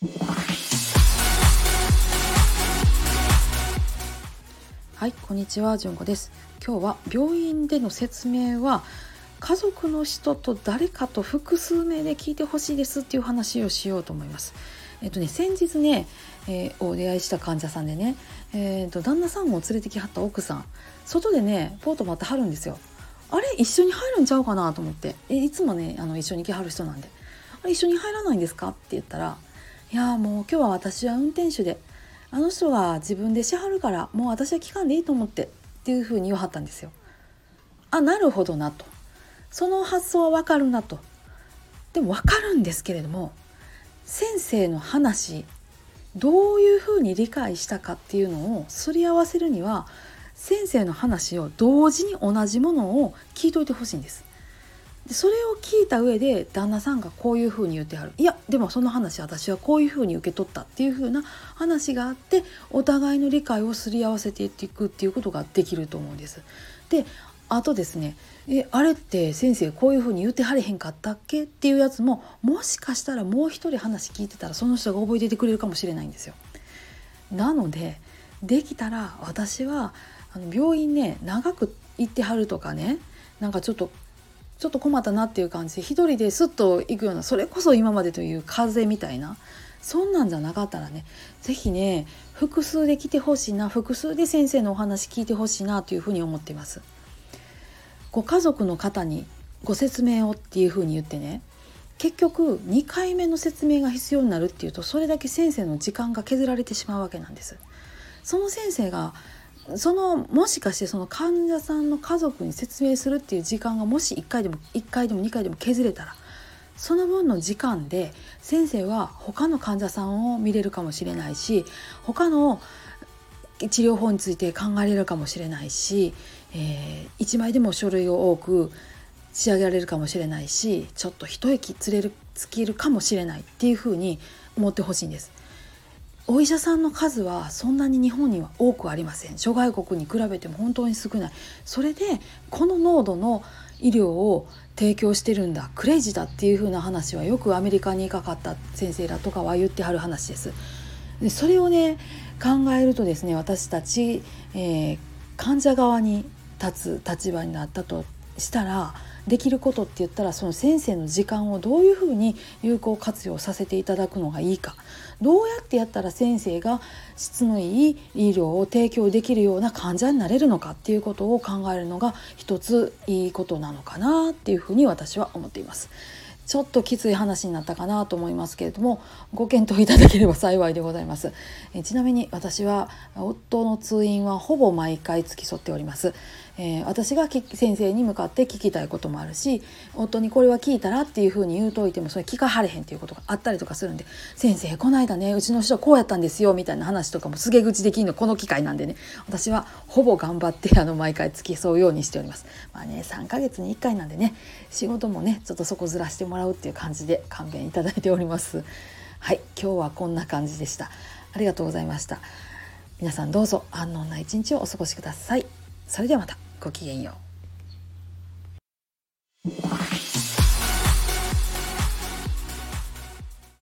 はい、こんにちは、じゅんこです。今日は病院での説明は家族の人と誰かと複数名で聞いてほしいですっていう話をしようと思います。先日ね、お出会いした患者さんでね、旦那さんを連れてきはった奥さん、外でねポート待ってはるんですよ。あれ一緒に入るんちゃうかなと思って、いつもね一緒に来はる人なんで、あれ一緒に入らないんですかって言ったら、いやもう今日は私は運転手で、あの人が自分でしはるからもう私は聞かんでいいと思ってっていうふうに言わはったんですよ。あ、なるほどなと、その発想はわかるなと。でもわかるんですけれども、先生の話どういうふうに理解したかっていうのをすり合わせるには、先生の話を同時に同じものを聞いといてほしいんです。でそれを聞いた上で旦那さんがこういうふうに言ってはる、いやでもその話私はこういうふうに受け取ったっていうふうな話があって、お互いの理解をすり合わせていくっていうことができると思うんです。であとですね、あれって先生こういうふうに言ってはれへんかったっけっていうやつも、もしかしたらもう一人話聞いてたらその人が覚えててくれるかもしれないんですよ。なのでできたら、私は病院ね長く行ってはるとかね、なんかちょっと困ったなっていう感じで一人でスッと行くような、それこそ今までという風邪みたいな、そんなんじゃなかったらね、ぜひね複数で来てほしいな、複数で先生のお話聞いてほしいなというふうに思っています。ご家族の方にご説明をっていうふうに言ってね、結局2回目の説明が必要になるっていうと、それだけ先生の時間が削られてしまうわけなんです。その先生がもしかしてその患者さんの家族に説明するっていう時間がもし1回でも2回でも削れたら、その分の時間で先生は他の患者さんを見れるかもしれないし、他の治療法について考えれるかもしれないし、1枚でも書類を多く仕上げられるかもしれないし、ちょっと一息つけるかもしれないっていうふうに思ってほしいんです。お医者さんの数はそんなに日本には多くありません。諸外国に比べても本当に少ない。それでこの濃度の医療を提供してるんだ、クレイジーだっていう風な話はよくアメリカにかかった先生らとかは言ってはる話です。でそれをね考えるとですね、私たち、患者側に立つ立場になったとしたら、できることって言ったら、その先生の時間をどういうふうに有効活用させていただくのがいいか、どうやってやったら先生が質のいい医療を提供できるような患者になれるのかっていうことを考えるのが一ついいことなのかなっていうふうに私は思っています。ちょっときつい話になったかなと思いますけれども、ご検討いただければ幸いでございます。ちなみに私は夫の通院はほぼ毎回付き添っております。私が先生に向かって聞きたいこともあるし、夫にこれは聞いたらっていうふうに言うといてもそれ聞かはれへんっていうことがあったりとかするんで、先生この間ねうちの人こうやったんですよみたいな話とかも告げ口できるのこの機会なんでね、私はほぼ頑張って毎回付き添うようにしております。3ヶ月に1回なんでね、仕事もねちょっとそこずらしてもらうっていう感じで勘弁いただいております。はい、今日はこんな感じでした。ありがとうございました。皆さんどうぞ安穏な一日をお過ごしください。それではまた、ごきげんよう。